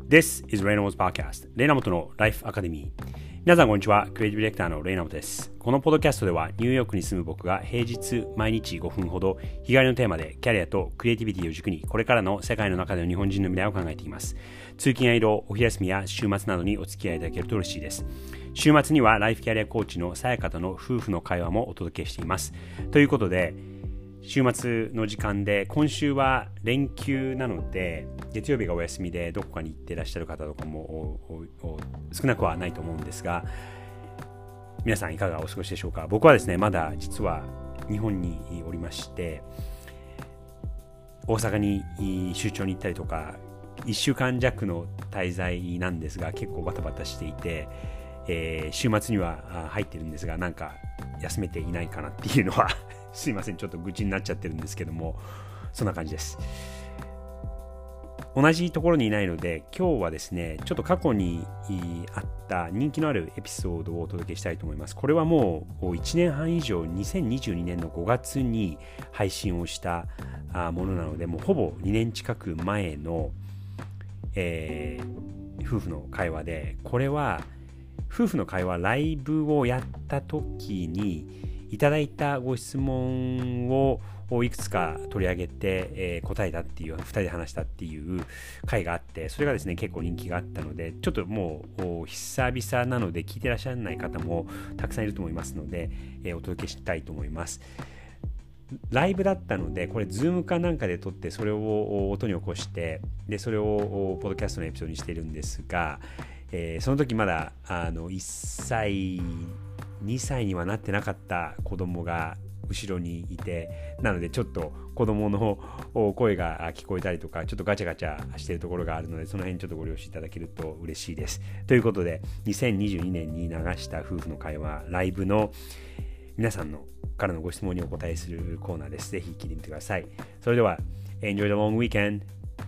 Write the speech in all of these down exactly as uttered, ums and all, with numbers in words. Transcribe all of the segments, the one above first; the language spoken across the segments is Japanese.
This is Reynolds Podcast レイナモトのライフアカデミー。皆さんこんにちは。クリエイティブディレクターのレイナモトです。このポッドキャストではニューヨークに住む僕が平日毎日ごふんほど日帰りのテーマでキャリアとクリエイティビティを軸にこれからの世界の中での日本人の未来を考えています。通勤や移動、お昼休みや週末などにお付き合いいただけると嬉しいです。週末にはライフキャリアコーチのさやかとの夫婦の会話もお届けしています。ということで週末の時間で今週は連休なので月曜日がお休みでどこかに行ってらっしゃる方とかも少なくはないと思うんですが、皆さんいかがお過ごしでしょうか。僕はですねまだ実は日本におりまして大阪に出張に行ったりとかいっしゅうかん弱の滞在なんですが結構バタバタしていて、えー、週末には入ってるんですがなんか休めていないかなっていうのはすいませんちょっと愚痴になっちゃってるんですけどもそんな感じです。同じところにいないので今日はですねちょっと過去にあった人気のあるエピソードをお届けしたいと思います。これはもういちねんはん以上にせんにじゅうにねんのごがつに配信をしたものなのでもうほぼにねん近く前の、えー、夫婦の会話で、これは夫婦の会話ライブをやった時にいただいたご質問をいくつか取り上げて、えー、答えたっていうふたりで話したっていう回があって、それがですね結構人気があったのでちょっともう久々なので聞いてらっしゃらない方もたくさんいると思いますので、えー、お届けしたいと思います。ライブだったのでこれズームかなんかで撮ってそれを音に起こしてでそれをポッドキャストのエピソードにしているんですが、えー、その時まだあのいっさいにさいにはなってなかった子供が後ろにいて、なのでちょっと子供の声が聞こえたりとかちょっとガチャガチャしているところがあるのでその辺ちょっとご了承いただけると嬉しいです。ということでにせんにじゅうにねんに流した夫婦の会話ライブの皆さんのからのご質問にお答えするコーナーです。ぜひ聞いてみてください。それでは Enjoy the long weekend。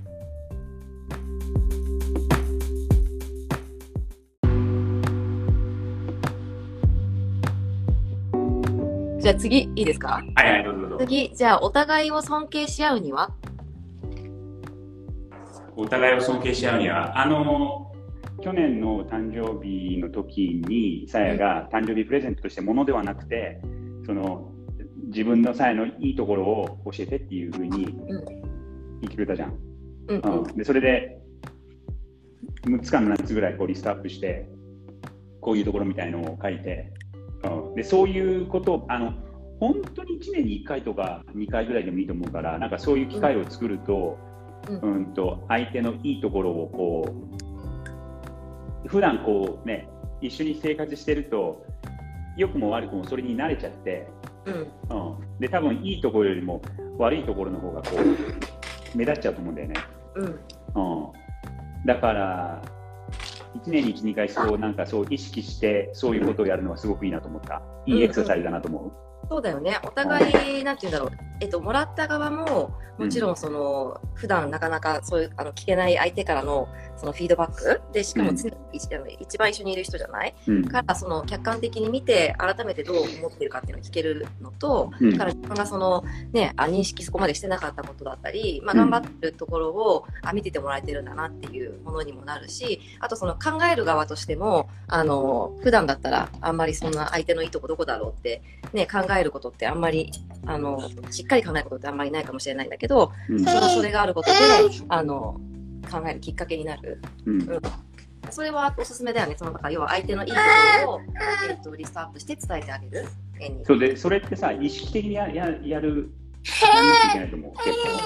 じゃあ次いいですか？ はいはいどうぞどうぞ。 次じゃあお互いを尊敬し合うには？ お互いを尊敬し合うには、あの去年の誕生日の時にさやが誕生日プレゼントとしてものではなくて、その自分のさやのいいところを教えてっていう風に言ってくれたじゃん、うんうんうん、でそれでむっつかななつぐらいこうリストアップしてこういうところみたいのを書いて、うん、でそういうことをあの本当にいちねんにいっかいとかにかいぐらいでもいいと思うから、なんかそういう機会を作ると、うんうん、と相手のいいところをこう普段こうね一緒に生活してると良くも悪くもそれに慣れちゃって、うんうん、で多分いいところよりも悪いところの方がこう目立っちゃうと思うんだよね、うんうん、だからいちねんにいち、にかいそうなんかそう意識してそういうことをやるのはすごくいいなと思った。いいエクササイズだなと思う。うんうん、 そうだよね。お互いなんて言うんだろう、えっと、もらった側ももちろんその、うん、普段なかなかそういうあの聞けない相手からのそのフィードバックで、しかも常に、うん、一番一緒にいる人じゃない、うん、からその客観的に見て改めてどう思ってるかっていうのを聞けるのと、うん、から自分がその、ね、あ認識そこまでしてなかったことだったり、まあ、頑張ってるところを、うん、あ見ててもらえてるんだなっていうものにもなるし、あとその考える側としてもあの普段だったらあんまりそんな相手のいいとこどこだろうって、ね、考えることってあんまりあのしっかり考えることってあんまりないかもしれないんだけど、うん、そのそれがあることであの考えるきっかけになる、うんうん、それはおすすめだよね。そのだから要は相手のいいところを、えー、とリストアップして伝えてあげる。 そうでそれってさ意識的に や, や, やるやらなきゃいけないと思う。結構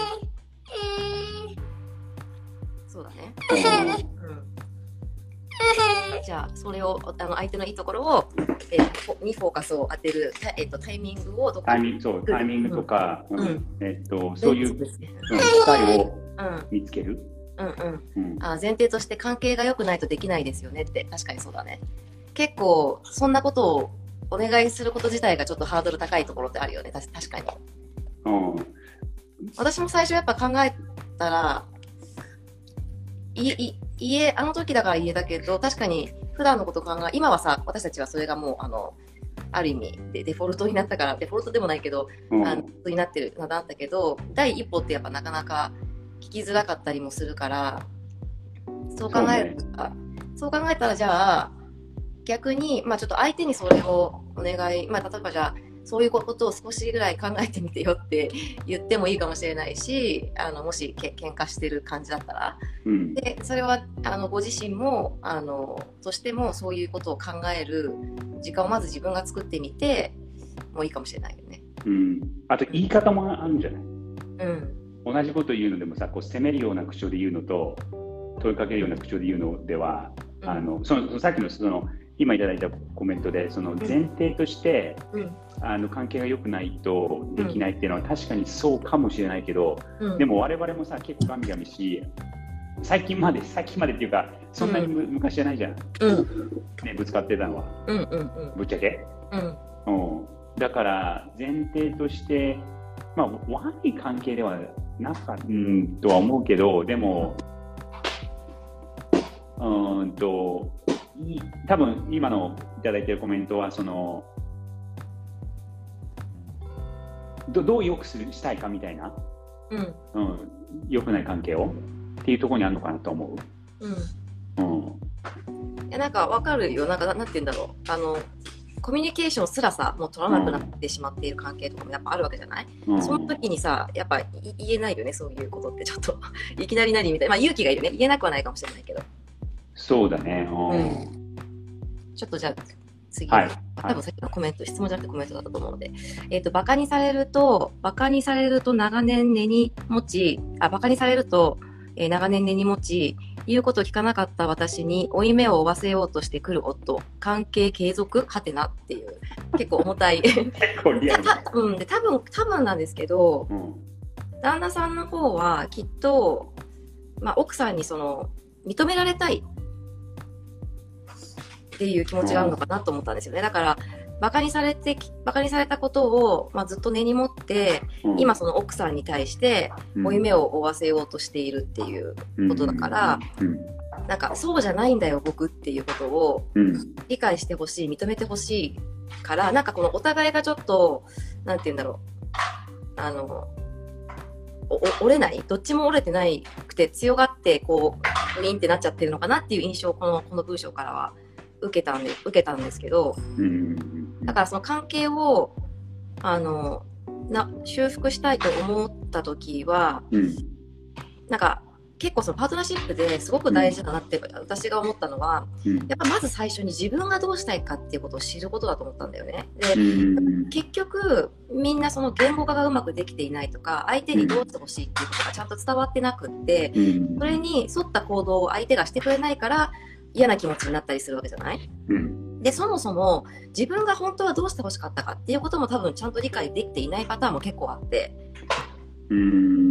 そうだね、うんうんじゃあそれをあの相手のいいところを、えー、にフォーカスを当てる、えー、とタイミングをどこタイミングそうタイミングとか、うんうんえー、とそういう、ねうん、機会を見つける、 うんうんうん、あ前提として関係が良くないとできないですよねって。確かにそうだね。結構そんなことをお願いすること自体がちょっとハードル高いところってあるよね。確かに、うん、私も最初やっぱ考えたらいい家あの時だから家だけど確かに普段のこと考え今はさ私たちはそれがもうあのある意味でデフォルトになったからデフォルトでもないけど、うん、あのになってるのだったけど第一歩ってやっぱなかなか聞きづらかったりもするからそう考えるそう、ね、そう考えたらじゃあ逆に、まあ、ちょっと相手にそれをお願い、まあ、例えばじゃあそういうことを少しぐらい考えてみてよって言ってもいいかもしれないし、あのもしけ喧嘩してる感じだったら、うん、でそれはあのご自身もあのとしてもそういうことを考える時間をまず自分が作ってみてもいいかもしれないよね。 うん、あと言い方もあるんじゃない？ うん、 同じこと言うのでもさ、こう責めるような口調で言うのと問いかけるような口調で言うのでは、うん、あのそのさっきのその今いただいたコメントでその前提として、うん、あの関係が良くないとできないっていうのは確かにそうかもしれないけど、うん、でも我々もさ結構ガミガミし最近まで最近までっていうかそんなにむ、うん、昔じゃないじゃん、うんね、ぶつかってたのは、うんうんうん、ぶっちゃけ、うんうん、だから前提として、まあ、悪い関係ではなかったとは思うけど、でもうんと多分今のいただいているコメントはその ど, どう良くするしたいかみたいな、うんうん、良くない関係をっていうところにあるのかなと思う。うんうん、 いやなんか分かるよ。なんかなんて言うんだろう、あのコミュニケーションすらさもう取らなくなってしまっている関係とかもやっぱあるわけじゃない、うん、その時にさやっぱ言えないよね、そういうことってちょっといきなり何みたいな、まあ勇気がいるね、言えなくはないかもしれないけど。 そうだね、うんうん、ちょっとじゃあ次、はい、多分さっきのコメント、質問じゃなくてコメントだったと思うので、えっと、バカにされると、バカにされると長年根に持ち、あ、バカにされると、えー、長年根に持ち、言うことを聞かなかった私に負い目を負わせようとしてくる夫、関係継続はてなっていう、結構重たい。結構リアル。うん、で、多分、多分なんですけど、うん、旦那さんの方はきっと、まあ、奥さんにその、認められたいっていう気持ちがあるのかなと思ったんですよね。だからバカにされてバカにされたことを、まあ、ずっと根に持って、うん、今その奥さんに対して負い目を負わせようとしているっていうことだから、うんうん、なんかそうじゃないんだよ僕っていうことを理解してほしい、認めてほしいから、なんかこのお互いがちょっとなんて言うんだろう、あの折れない、どっちも折れてないくて強がってこうウィンってなっちゃってるのかなっていう印象をこのこの文章からは受けたんで受けたんですけど、だからその関係をあのな修復したいと思った時は、うん、なんか結構そのパートナーシップですごく大事だなって私が思ったのは、うん、やっぱまず最初に自分がどうしたいかっていうことを知ることだと思ったんだよね。で、うん、結局みんなその言語化がうまくできていないとか、相手にどうしてほしいっていうことがちゃんと伝わってなくって、うん、それに沿った行動を相手がしてくれないから嫌な気持ちになったりするわけじゃない、うん、でそもそも自分が本当はどうしてほしかったかっていうことも多分ちゃんと理解できていないパターンも結構あって、うん、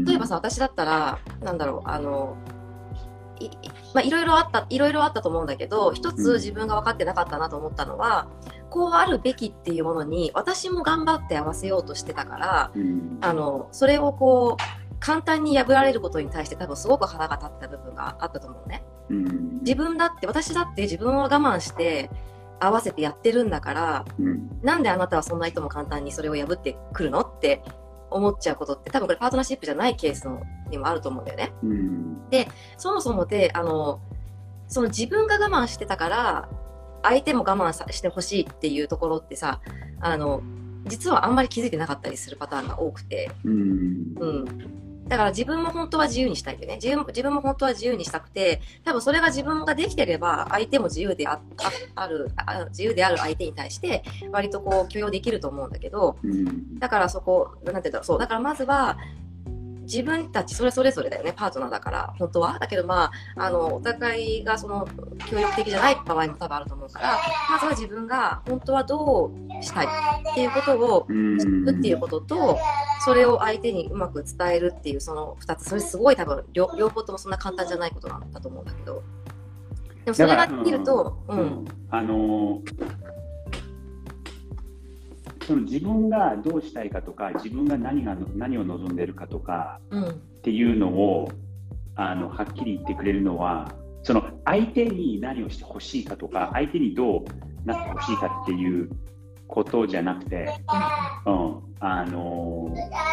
例えばさ、私だったらなんだろう、あのい,、まあ、いろいろあったいろいろあったと思うんだけど、一つ自分が分かってなかったなと思ったのは、こうあるべきっていうものに私も頑張って合わせようとしてたから、うん、あのそれをこう簡単に破られることに対して多分すごく腹が立った部分があったと思うね。うん、自分だって私だって自分を我慢して合わせてやってるんだから、うん、なんであなたはそんな人も簡単にそれを破ってくるのって思っちゃうことって多分これパートナーシップじゃないケースのにもあると思うんだよね。うん、でそもそもであのその自分が我慢してたから相手も我慢さしてほしいっていうところってさ、あの実はあんまり気づいてなかったりするパターンが多くて、うん、うんだから自分も本当は自由にしたいんだよね。自分、自分も本当は自由にしたくて、多分それが自分ができてれば、相手も自由で あ, あ, あるあ、自由である相手に対して、割とこう許容できると思うんだけど、うん、だからそこ、なんていうんだろう、そう、だからまずは、自分たちそれそれぞれだよね、パートナーだから本当はだけど、まあ、あのお互いがその協力的じゃない場合も多分あると思うから、まずは自分が本当はどうしたいっていうことを知るっていうことと、それを相手にうまく伝えるっていうそのふたつ、それすごい多分 両, 両方ともそんな簡単じゃないことなんだと思うんだけど、でもそれができると、うんうん、 あのその自分がどうしたいかとか、自分が 何, が何を望んでいるかとか、うん、っていうのをあのはっきり言ってくれるのは、その相手に何をしてほしいかとか、相手にどうなってほしいかっていうことじゃなくて、うん、あの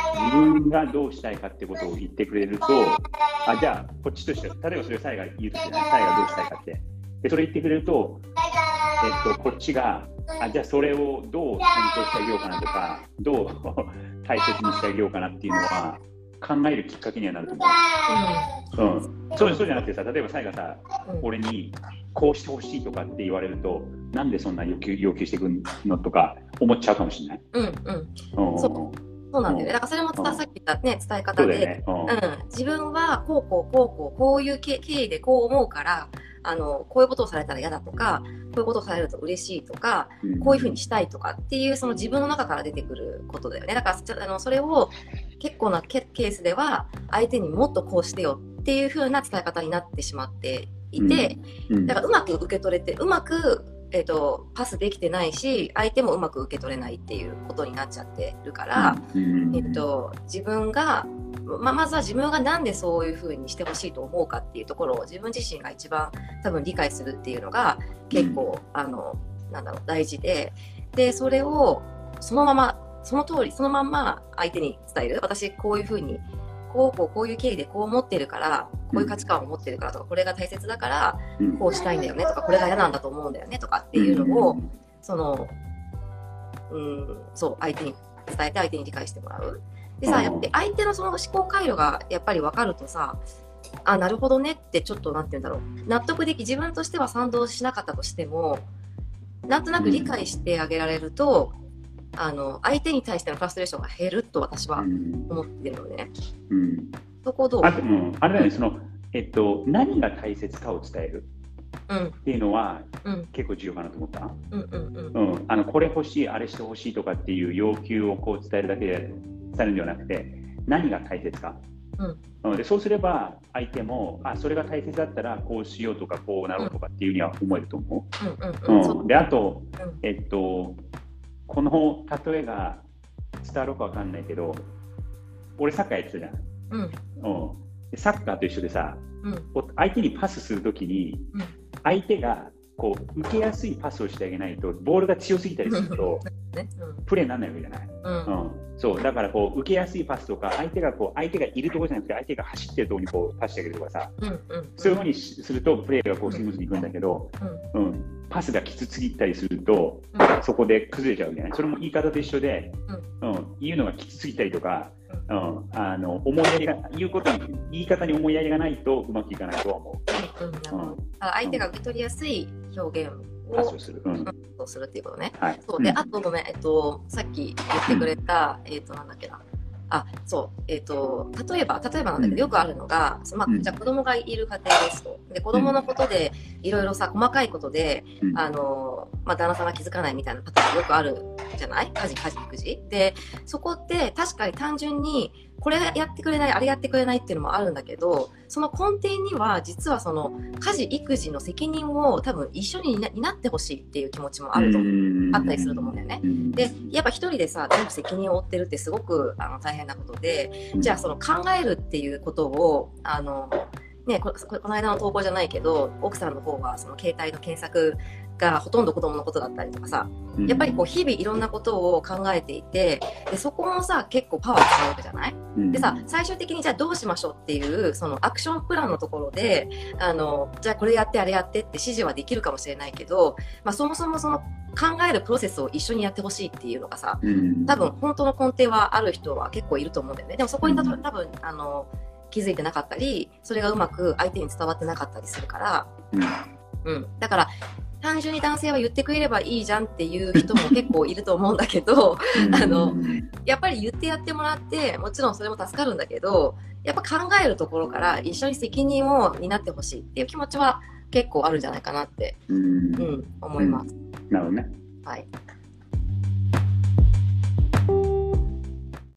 自分がどうしたいかってことを言ってくれると、あ、じゃあこっちとして、例えばそれサイが言うとしてね、サイがどうしたいかって。で、それ言ってくれると、えっと、こっちが、あ、じゃあそれをどう担当してあげようかなとか、どう大切にしてあげようかなっていうのは考えるきっかけにはなると思う。うん。うん、そう、そうじゃなくてさ、例えばサイがさ、俺にこうしてほしいとかって言われると、なんでそんな要求、要求してくるのとか思っちゃうかもしれない。 うんうん。うん、そう。そうなんだよね。だからそれも伝、さっき言ったね、伝え方で、ね、うん、自分はこうこうこうこうこういう経緯でこう思うから、あのこういうことをされたら嫌だとか、こういうことをされると嬉しいとか、うん、こういうふうにしたいとかっていうその自分の中から出てくることだよね。だからあのそれを結構なケースでは相手にもっとこうしてよっていうふうな伝え方になってしまっていて、うんうん、だからうまく受け取れてうまくえーと、パスできてないし相手もうまく受け取れないっていうことになっちゃってるから、うん、えーと、自分が、まあ、まずは自分がなんでそういう風にしてほしいと思うかっていうところを自分自身が一番多分理解するっていうのが結構、うん、あのなんだろう大事で、でそれをそのままその通りそのまんま相手に伝える。私こういう風にこうこうこういう経緯でこう思ってるからこういう価値観を持ってるからとか、これが大切だからこうしたいんだよねとか、これが嫌なんだと思うんだよねとかっていうのをそのうんそう相手に伝えて相手に理解してもらう。でさ、やっぱり相手のその思考回路がやっぱり分かるとさ、あ、なるほどねってちょっとなんて言うんだろう、納得でき、自分としては賛同しなかったとしてもなんとなく理解してあげられると、あの相手に対してのフラストレーションが減ると私は思ってるのね。うん、そこどう？ あ、うん、あれだね、そのえっと何が大切かを伝えるっていうのは、うん、結構重要かなと思った。うんうんうんうん、あのこれ欲しい、あれしてほしいとかっていう要求をこう伝えるだけで伝えるんではなくて、何が大切か。うん、でそうすれば相手もあそれが大切だったらこうしようとかこうなろうとかっていうには思えると思う。であと、えっとこの例えが伝わるかわかんないけど、俺サッカーやってたじゃん。うんうん、サッカーと一緒でさ、うん、相手にパスするときに、うん、相手がこう受けやすいパスをしてあげないとボールが強すぎたりすると、ねうん、プレーにならないわけじゃない。うんうん、そうだからこう受けやすいパスとか相手がこう相手がいるところじゃなくて相手が走ってるところにこうパスしてあげるとかさ、うんうん、そういうふうにするとプレーがこうスムーズにいくんだけど、うんうん、パスがきつすぎたりすると、うん、そこで崩れちゃうじゃない。それも言い方と一緒で、うんうん、言うのがきつすぎたりとか、うん、あの思いやりが言うことに言い方に思いやりがないとうまくいかないとは思う。うんうんうん、相手が受け取りやすい表現をパスをする、うん、 そうするっていうことね。はい、そうで、うん、あとごめん、えっとさっき言ってくれた、うん、えっとなんだっけな。あ、そう、えっと、例えば、例えばなんだけど、よくあるのが、まあ、じゃあ子供がいる家庭ですと。で、子供のことで、いろいろさ、細かいことで、あの、まあ、旦那さんが気づかないみたいなパターンよくあるじゃない？家事、家事、育児。で、そこって確かに単純に、これやってくれない、あれやってくれないっていうのもあるんだけど、その根底には、実はその、家事、育児の責任を多分一緒に担ってほしいっていう気持ちもあると思う。あったりすると思うんだよね。で、やっぱ一人でさ、全部責任を負ってるってすごくあの大変なことで、じゃあその考えるっていうことを、あの、ね、こ, この間の投稿じゃないけど、奥さんの方はその携帯の検索がほとんど子供のことだったりとかさ、やっぱりこう日々いろんなことを考えていて、でそこもさ結構パワー使うわけじゃない？でさ、最終的にじゃあどうしましょうっていうそのアクションプランのところで、あのじゃあこれやってあれやってって指示はできるかもしれないけど、まあ、そもそもその考えるプロセスを一緒にやってほしいっていうのがさ、多分本当の根底はある人は結構いると思うんだよね。でもそこに多分、多分あの気づいてなかったり、それがうまく相手に伝わってなかったりするから、うん、うん、だから単純に男性は言ってくれればいいじゃんっていう人も結構いると思うんだけどあのやっぱり言ってやってもらってもちろんそれも助かるんだけど、やっぱ考えるところから一緒に責任を担ってほしいっていう気持ちは結構あるんじゃないかなって、うんうん、思います。 なるほどね。 はい。